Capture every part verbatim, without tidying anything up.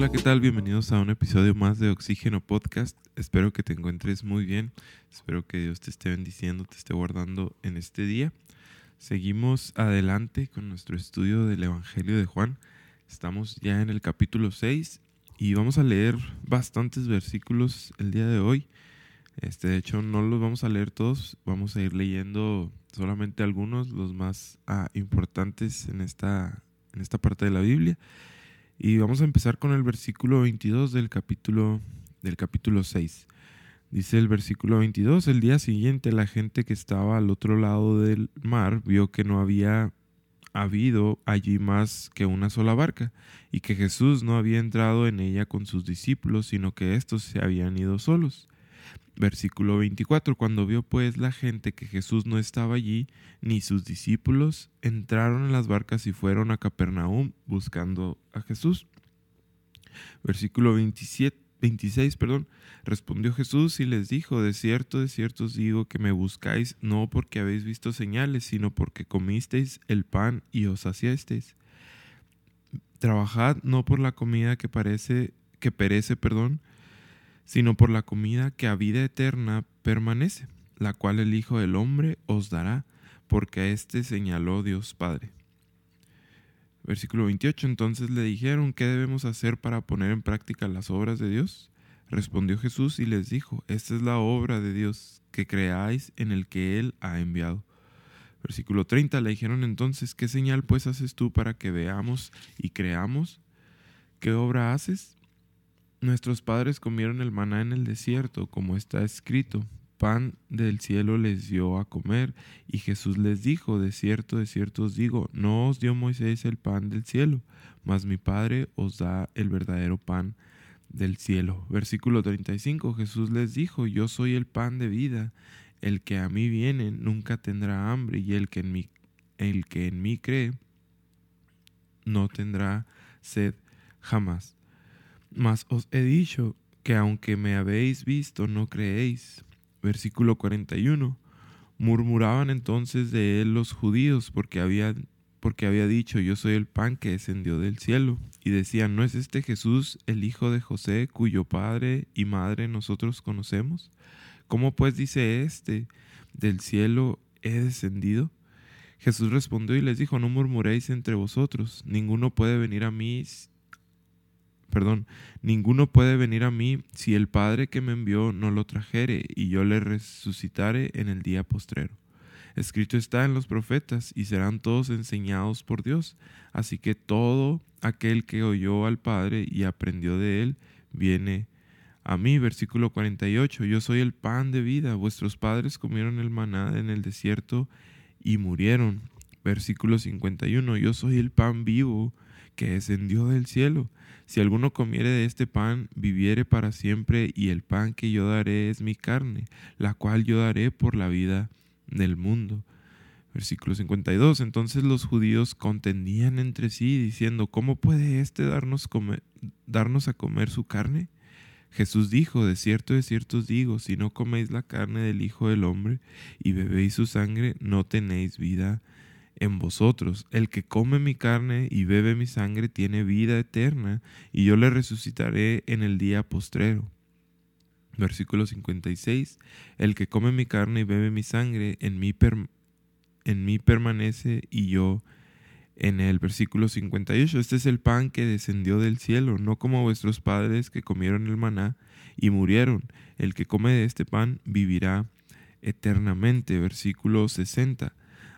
Hola, ¿qué tal? Bienvenidos a un episodio más de Oxígeno Podcast. Espero que te encuentres muy bien. Espero que Dios te esté bendiciendo, te esté guardando en este día. Seguimos adelante con nuestro estudio del Evangelio de Juan. Estamos ya en el capítulo seis y vamos a leer bastantes versículos el día de hoy. Este, de hecho, no los vamos a leer todos, vamos a ir leyendo solamente algunos, los más ah, importantes en esta, en esta parte de la Biblia. Y vamos a empezar con el versículo veintidós del capítulo, del capítulo seis. Dice el versículo veintidós: el día siguiente la gente que estaba al otro lado del mar vio que no había habido allí más que una sola barca, y que Jesús no había entrado en ella con sus discípulos, sino que éstos se habían ido solos. Versículo veinticuatro: cuando vio pues la gente que Jesús no estaba allí, ni sus discípulos, entraron en las barcas y fueron a Capernaum buscando a Jesús. Versículo veintisiete, veintiséis, perdón. Respondió Jesús y les dijo: de cierto, de cierto os digo que me buscáis no porque habéis visto señales, sino porque comisteis el pan y os saciasteis. Trabajad no por la comida que parece, que perece, perdón, sino por la comida que a vida eterna permanece, la cual el Hijo del Hombre os dará, porque a éste señaló Dios Padre. Versículo veintiocho: entonces le dijeron: ¿qué debemos hacer para poner en práctica las obras de Dios? Respondió Jesús y les dijo: esta es la obra de Dios, que creáis en el que Él ha enviado. Versículo treinta: le dijeron entonces: ¿qué señal pues haces tú para que veamos y creamos? ¿Qué obra haces? Nuestros padres comieron el maná en el desierto, como está escrito: pan del cielo les dio a comer. Y Jesús les dijo: de cierto, de cierto os digo, no os dio Moisés el pan del cielo, mas mi Padre os da el verdadero pan del cielo. Versículo treinta y cinco: Jesús les dijo: yo soy el pan de vida, el que a mí viene nunca tendrá hambre, y el que en mí, el que en mí cree no tendrá sed jamás. Mas os he dicho que aunque me habéis visto, no creéis. Versículo cuarenta y uno. Murmuraban entonces de él los judíos, porque había, porque había dicho: yo soy el pan que descendió del cielo. Y decían: ¿no es este Jesús el hijo de José, cuyo padre y madre nosotros conocemos? ¿Cómo pues dice este: del cielo he descendido? Jesús respondió y les dijo: no murmuréis entre vosotros. Ninguno puede venir a mí Perdón, ninguno puede venir a mí si el Padre que me envió no lo trajere, y yo le resucitaré en el día postrero. Escrito está en los profetas: y serán todos enseñados por Dios. Así que todo aquel que oyó al Padre y aprendió de él, viene a mí. Versículo cuarenta y ocho. Yo soy el pan de vida. Vuestros padres comieron el maná en el desierto y murieron. Versículo cincuenta y uno. Yo soy el pan vivo que descendió del cielo. Si alguno comiere de este pan, viviere para siempre, y el pan que yo daré es mi carne, la cual yo daré por la vida del mundo. Versículo cincuenta y dos. Entonces los judíos contendían entre sí, diciendo: ¿cómo puede éste darnos, comer, darnos a comer su carne? Jesús dijo: de cierto, de cierto os digo, si no coméis la carne del Hijo del Hombre y bebéis su sangre, no tenéis vida en vosotros. El que come mi carne y bebe mi sangre tiene vida eterna, y yo le resucitaré en el día postrero. Versículo cincuenta y seis. El que come mi carne y bebe mi sangre, en mí, per- en mí permanece y yo en él. Versículo cincuenta y ocho. Este es el pan que descendió del cielo, no como vuestros padres que comieron el maná y murieron. El que come de este pan vivirá eternamente. Versículo sesenta.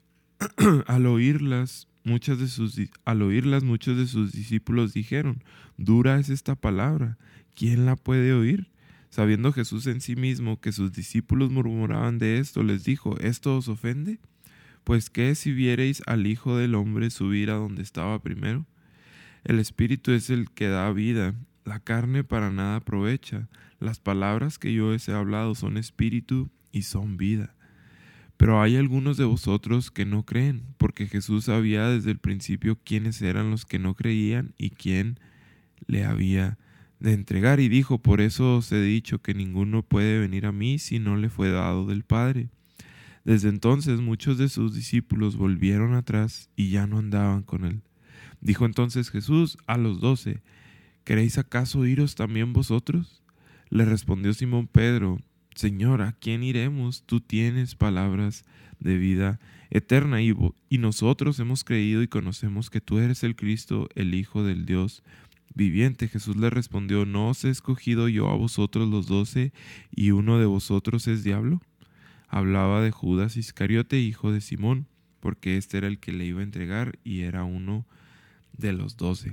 Al oírlas, muchas de sus, al oírlas, muchos de sus discípulos dijeron: dura es esta palabra, ¿quién la puede oír? Sabiendo Jesús en sí mismo que sus discípulos murmuraban de esto, les dijo: ¿esto os ofende? Pues ¿qué si viereis al Hijo del Hombre subir a donde estaba primero? El Espíritu es el que da vida, la carne para nada aprovecha. Las palabras que yo os he hablado son espíritu y son vida. Pero hay algunos de vosotros que no creen, porque Jesús sabía desde el principio quiénes eran los que no creían y quién le había de entregar. Y dijo: por eso os he dicho que ninguno puede venir a mí si no le fue dado del Padre. Desde entonces muchos de sus discípulos volvieron atrás y ya no andaban con él. Dijo entonces Jesús a los doce: ¿queréis acaso iros también vosotros? Le respondió Simón Pedro: Señor, ¿a quién iremos? Tú tienes palabras de vida eterna, y, y nosotros hemos creído y conocemos que tú eres el Cristo, el Hijo del Dios viviente. Jesús le respondió: ¿no os he escogido yo a vosotros los doce, y uno de vosotros es diablo? Hablaba de Judas Iscariote, hijo de Simón, porque este era el que le iba a entregar y era uno de los doce.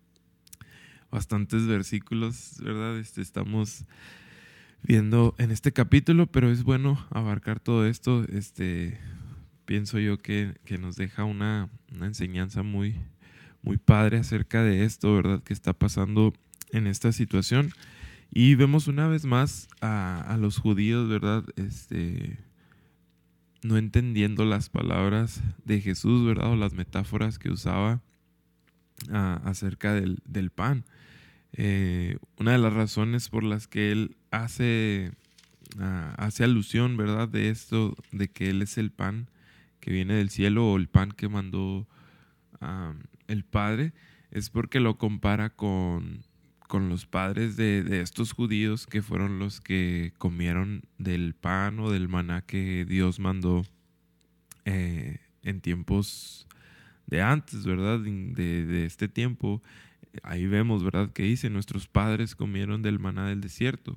Bastantes versículos, ¿verdad? Este, estamos viendo en este capítulo, pero es bueno abarcar todo esto. Este, pienso yo que, que nos deja una, una enseñanza muy, muy padre acerca de esto, ¿verdad? Que está pasando en esta situación. Y vemos una vez más a, a los judíos, ¿verdad? Este, no entendiendo las palabras de Jesús, ¿verdad? O las metáforas que usaba a, acerca del, del pan. Eh, una de las razones por las que él hace, uh, hace alusión, ¿verdad? De esto, de que él es el pan que viene del cielo, o el pan que mandó uh, el Padre, es porque lo compara con... con los padres de, de estos judíos, que fueron los que comieron del pan o del maná que Dios mandó eh, en tiempos de antes, ¿verdad? De, de este tiempo. Ahí vemos, ¿verdad? Que dice: nuestros padres comieron del maná del desierto.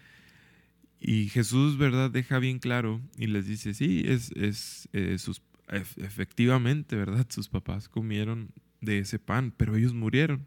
Y Jesús, ¿verdad? Deja bien claro y les dice: sí, es, es, eh, sus, efectivamente, ¿verdad? Sus papás comieron de ese pan, pero ellos murieron.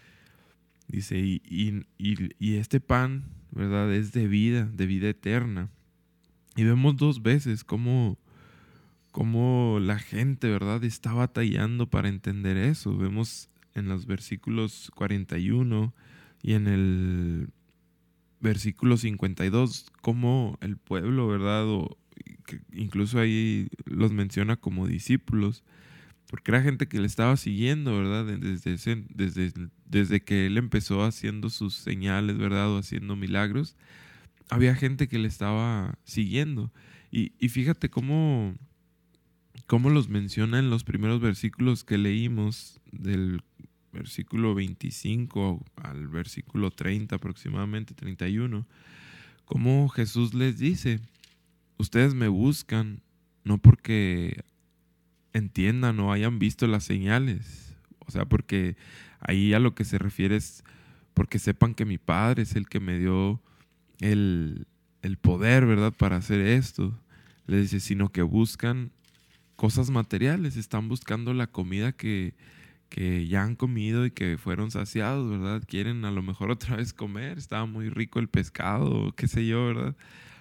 Dice, y, y, y, y este pan, ¿verdad? Es de vida, de vida eterna. Y vemos dos veces cómo, cómo la gente, ¿verdad? Está batallando para entender eso. Vemos en los versículos cuarenta y uno y en el versículo cincuenta y dos cómo el pueblo, ¿verdad? O, incluso ahí los menciona como discípulos, porque era gente que le estaba siguiendo, ¿verdad? Desde, ese, desde, desde que él empezó haciendo sus señales, ¿verdad? O haciendo milagros, había gente que le estaba siguiendo. Y, y fíjate cómo, cómo los menciona en los primeros versículos que leímos, del versículo veinticinco al versículo treinta aproximadamente, treinta y uno, cómo Jesús les dice: ustedes me buscan no porque entiendan o hayan visto las señales, o sea, porque ahí a lo que se refiere es porque sepan que mi Padre es el que me dio el, el poder, ¿verdad?, para hacer esto. Le dice, sino que buscan cosas materiales, están buscando la comida que, que ya han comido y que fueron saciados, ¿verdad? Quieren a lo mejor otra vez comer, estaba muy rico el pescado, qué sé yo, ¿verdad?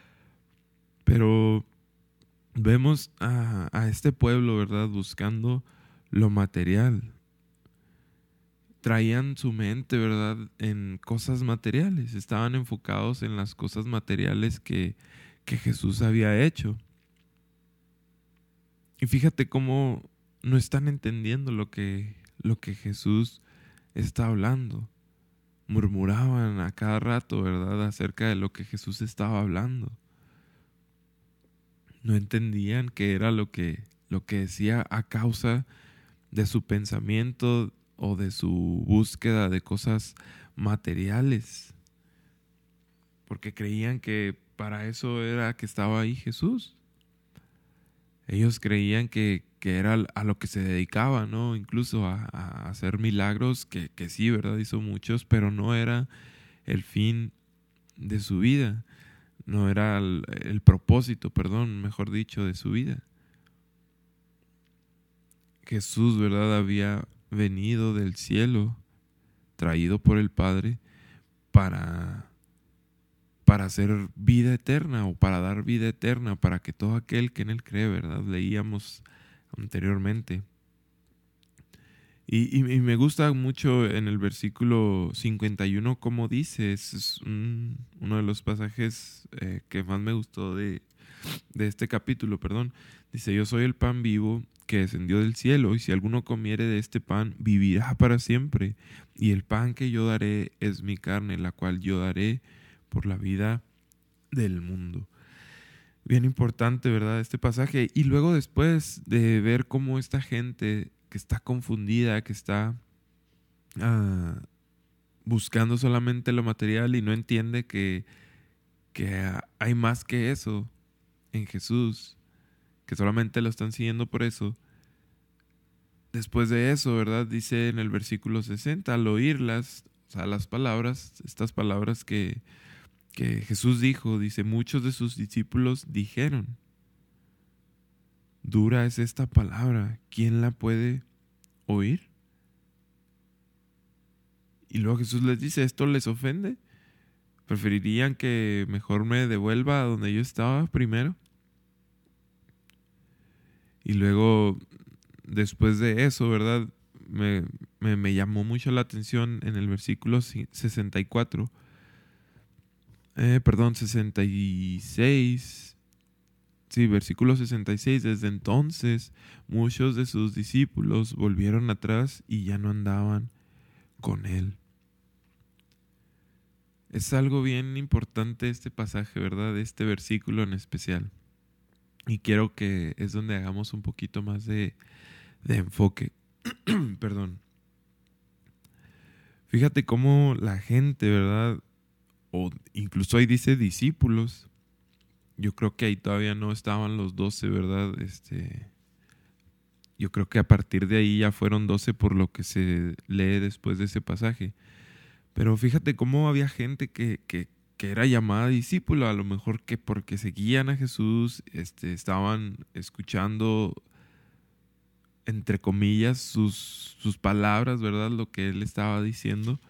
Pero vemos a, a este pueblo, ¿verdad?, buscando lo material. Traían su mente, ¿verdad?, en cosas materiales. Estaban enfocados en las cosas materiales que, que Jesús había hecho. Y fíjate cómo no están entendiendo lo que, lo que Jesús está hablando. Murmuraban a cada rato, ¿verdad?, acerca de lo que Jesús estaba hablando. No entendían qué era lo que, lo que decía a causa de su pensamiento o de su búsqueda de cosas materiales. Porque creían que para eso era que estaba ahí Jesús. Ellos creían que, que era a lo que se dedicaba, ¿no? Incluso a, a hacer milagros, que, que sí, ¿verdad? Hizo muchos, pero no era el fin de su vida. No era el, el propósito, perdón, mejor dicho, de su vida. Jesús, ¿verdad?, había venido del cielo, traído por el Padre, para, para hacer vida eterna o para dar vida eterna, para que todo aquel que en Él cree, ¿verdad? Leíamos anteriormente. Y, y, y me gusta mucho en el versículo cincuenta y uno como dice, es un, uno de los pasajes eh, que más me gustó de, de este capítulo, perdón. Dice, yo soy el pan vivo que descendió del cielo, y si alguno comiere de este pan, vivirá para siempre. Y el pan que yo daré es mi carne, la cual yo daré por la vida del mundo. Bien importante, ¿verdad?, este pasaje. Y luego después de ver cómo esta gente que está confundida, que está uh, buscando solamente lo material y no entiende que, que hay más que eso en Jesús, que solamente lo están siguiendo por eso. Después de eso, ¿verdad? Dice en el versículo sesenta, al oírlas, o sea, las palabras, estas palabras que, que Jesús dijo, dice, muchos de sus discípulos dijeron, dura es esta palabra, ¿quién la puede oír? Y luego Jesús les dice, ¿esto les ofende? ¿Preferirían que mejor me devuelva a donde yo estaba primero? Y luego, después de eso, ¿verdad? Me, me, me llamó mucho la atención en el versículo sesenta y cuatro. Eh, perdón, sesenta y seis. Sí, versículo sesenta y seis. Desde entonces, muchos de sus discípulos volvieron atrás y ya no andaban con él. Es algo bien importante este pasaje, ¿verdad? Este versículo en especial. Y quiero que es donde hagamos un poquito más de, de enfoque. Perdón. Fíjate cómo la gente, ¿verdad? O incluso ahí dice discípulos. Yo creo que ahí todavía no estaban los doce, ¿verdad? Este, yo creo que a partir de ahí ya fueron doce por lo que se lee después de ese pasaje. Pero fíjate cómo había gente que, que, que era llamada discípulo, a lo mejor que porque seguían a Jesús, este, estaban escuchando, entre comillas, sus, sus palabras, ¿verdad? Lo que él estaba diciendo.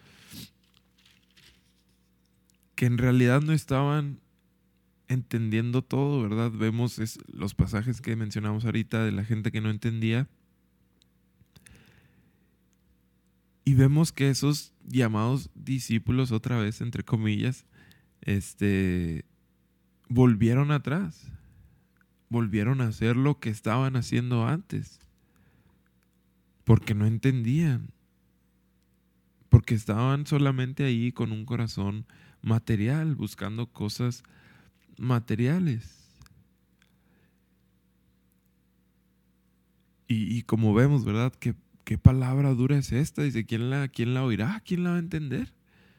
Que en realidad no estaban entendiendo todo, ¿verdad? Vemos es, los pasajes que mencionamos ahorita de la gente que no entendía. Y vemos que esos llamados discípulos, otra vez, entre comillas, este, volvieron atrás. Volvieron a hacer lo que estaban haciendo antes. Porque no entendían. Porque estaban solamente ahí con un corazón material, buscando cosas materiales. Y, y como vemos, ¿verdad? Que ¿qué palabra dura es esta? Dice, ¿quién la, quién la oirá? ¿Quién la va a entender?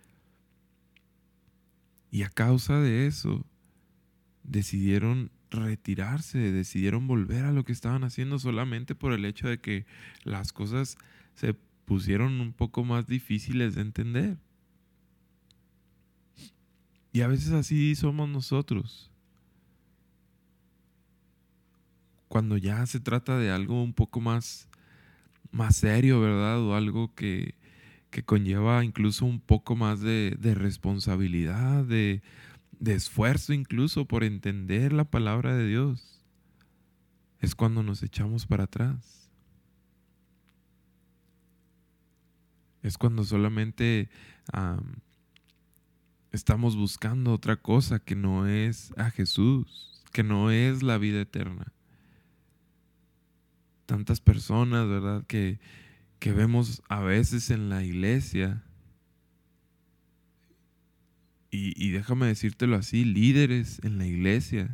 Y a causa de eso, decidieron retirarse, decidieron volver a lo que estaban haciendo solamente por el hecho de que las cosas se pusieron un poco más difíciles de entender. Y a veces así somos nosotros. Cuando ya se trata de algo un poco más más serio, ¿verdad? O algo que, que conlleva incluso un poco más de, de responsabilidad, de, de esfuerzo incluso por entender la palabra de Dios. Es cuando nos echamos para atrás. Es cuando solamente um, estamos buscando otra cosa que no es a Jesús, que no es la vida eterna. Tantas personas, ¿verdad? Que, que vemos a veces en la iglesia. Y, y déjame decírtelo así, líderes en la iglesia.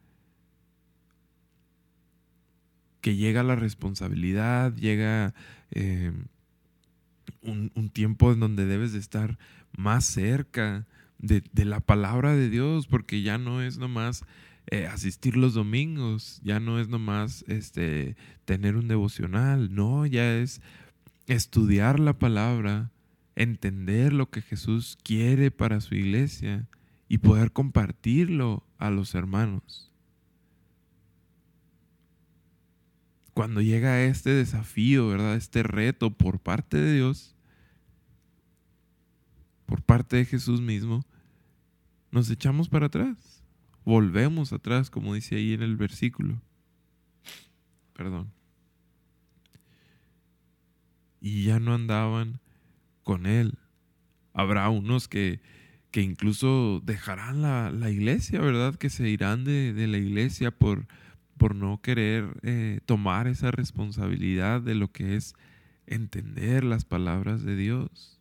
Que llega la responsabilidad, llega eh, un, un tiempo en donde debes de estar más cerca de, de la palabra de Dios, porque ya no es nomás Eh, asistir los domingos, ya no es nomás este, tener un devocional, no, ya es estudiar la palabra, entender lo que Jesús quiere para su iglesia y poder compartirlo a los hermanos. Cuando llega este desafío, ¿verdad? Este reto por parte de Dios, por parte de Jesús mismo, nos echamos para atrás. Volvemos atrás, como dice ahí en el versículo. Perdón. Y ya no andaban con él. Habrá unos que, que incluso dejarán la, la iglesia, ¿verdad? Que se irán de, de la iglesia por, por no querer eh, tomar esa responsabilidad de lo que es entender las palabras de Dios.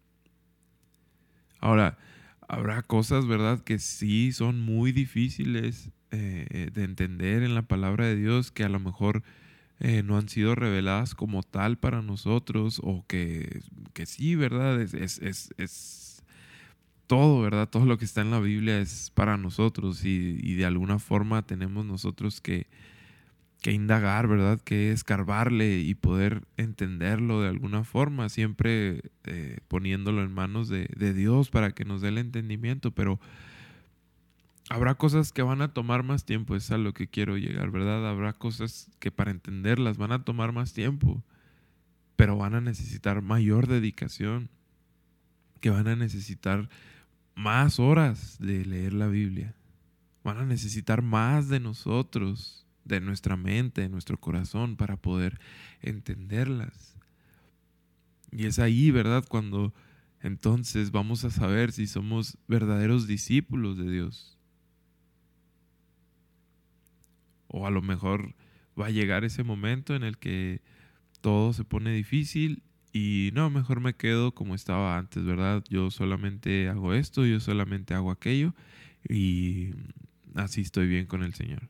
Ahora, habrá cosas, ¿verdad?, que sí son muy difíciles eh, de entender en la palabra de Dios, que a lo mejor eh, no han sido reveladas como tal para nosotros, o que, que sí, ¿verdad? Es, es, es, es todo, ¿verdad? Todo lo que está en la Biblia es para nosotros y, y de alguna forma tenemos nosotros que, que indagar, ¿verdad? Que escarbarle y poder entenderlo de alguna forma, siempre eh, poniéndolo en manos de, de Dios para que nos dé el entendimiento, pero habrá cosas que van a tomar más tiempo, es a lo que quiero llegar, ¿verdad? Habrá cosas que para entenderlas van a tomar más tiempo, pero van a necesitar mayor dedicación, que van a necesitar más horas de leer la Biblia, van a necesitar más de nosotros, de nuestra mente, de nuestro corazón, para poder entenderlas. Y es ahí, ¿verdad?, cuando entonces vamos a saber si somos verdaderos discípulos de Dios. O a lo mejor va a llegar ese momento en el que todo se pone difícil y no, mejor me quedo como estaba antes, ¿verdad? Yo solamente hago esto, yo solamente hago aquello y así estoy bien con el Señor.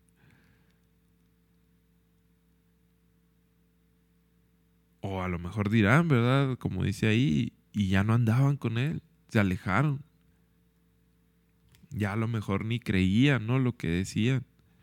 O a lo mejor dirán, ¿verdad? Como dice ahí, y ya no andaban con Él, se alejaron. Ya a lo mejor ni creían, ¿no?, lo que decían.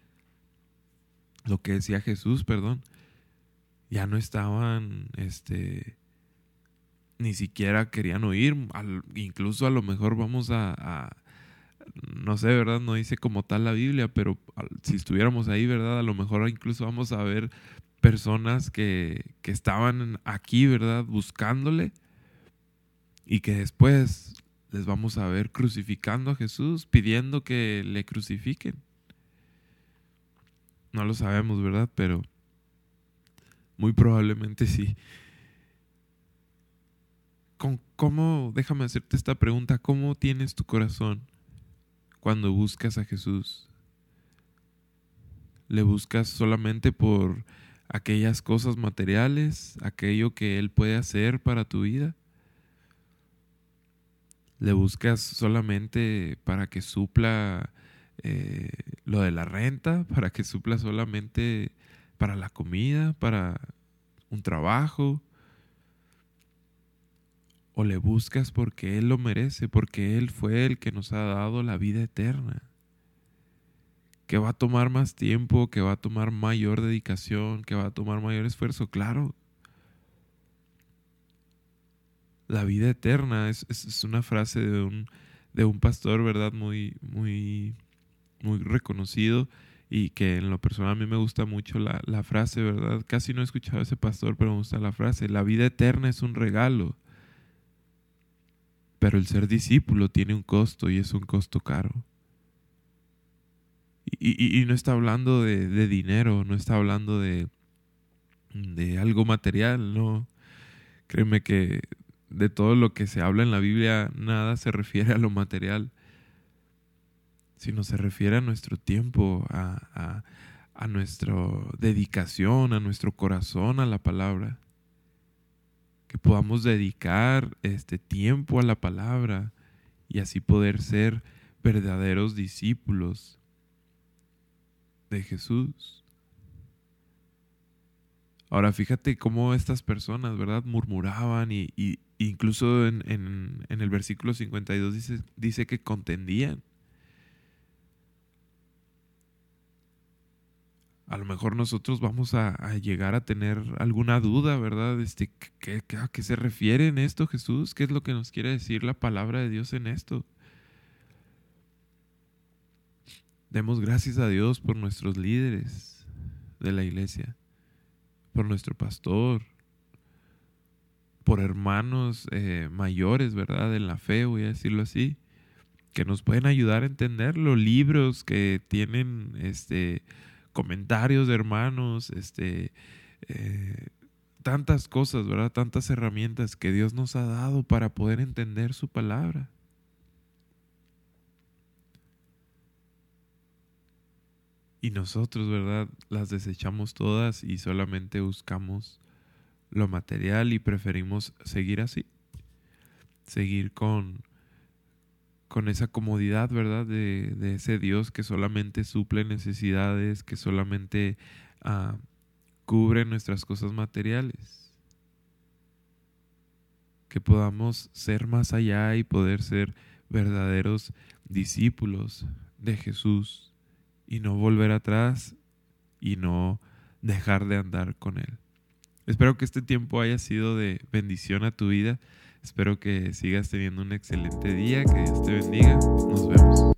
Lo que decía Jesús, perdón. Ya no estaban, este, ni siquiera querían oír. Al, incluso a lo mejor vamos a, a, no sé, ¿verdad? No dice como tal la Biblia, pero al, si estuviéramos ahí, ¿verdad? A lo mejor incluso vamos a ver personas que, que estaban aquí, ¿verdad?, buscándole, y que después les vamos a ver crucificando a Jesús, pidiendo que le crucifiquen. No lo sabemos, ¿verdad? Pero muy probablemente sí. ¿Con cómo, déjame hacerte esta pregunta, ¿cómo tienes tu corazón cuando buscas a Jesús? ¿Le buscas solamente por aquellas cosas materiales, aquello que Él puede hacer para tu vida? ¿Le buscas solamente para que supla eh, lo de la renta, para que supla solamente para la comida, para un trabajo? ¿O le buscas porque Él lo merece, porque Él fue el que nos ha dado la vida eterna? Que va a tomar más tiempo, que va a tomar mayor dedicación, que va a tomar mayor esfuerzo, claro. La vida eterna es, es, es una frase de un, de un pastor, ¿verdad? Muy, muy, muy reconocido, y que en lo personal a mí me gusta mucho la, la frase, ¿verdad? Casi no he escuchado a ese pastor, pero me gusta la frase. La vida eterna es un regalo, pero el ser discípulo tiene un costo, y es un costo caro. Y, y, y no está hablando de, de dinero, no está hablando de, de algo material, no. Créeme que de todo lo que se habla en la Biblia, nada se refiere a lo material, sino se refiere a nuestro tiempo, a, a, a nuestra dedicación, a nuestro corazón a la palabra. Que podamos dedicar este tiempo a la palabra y así poder ser verdaderos discípulos de Jesús. Ahora fíjate cómo estas personas, ¿verdad?, murmuraban y, y incluso en, en, en el versículo cincuenta y dos dice, dice que contendían. A lo mejor nosotros vamos a, a llegar a tener alguna duda, ¿verdad? Este, ¿qué, qué, ¿A qué se refiere en esto, Jesús? ¿Qué es lo que nos quiere decir la palabra de Dios en esto? Demos gracias a Dios por nuestros líderes de la iglesia, por nuestro pastor, por hermanos eh, mayores, ¿verdad?, en la fe, voy a decirlo así, que nos pueden ayudar a entenderlo, libros que tienen este, comentarios de hermanos, este, eh, tantas cosas, ¿verdad?, tantas herramientas que Dios nos ha dado para poder entender su palabra. Y nosotros, ¿verdad?, las desechamos todas y solamente buscamos lo material y preferimos seguir así, seguir con, con esa comodidad, ¿verdad?, de, de ese Dios que solamente suple necesidades, que solamente uh, cubre nuestras cosas materiales. Que podamos ser más allá y poder ser verdaderos discípulos de Jesús y no volver atrás y no dejar de andar con Él. Espero que este tiempo haya sido de bendición a tu vida. Espero que sigas teniendo un excelente día. Que Dios te bendiga. Nos vemos.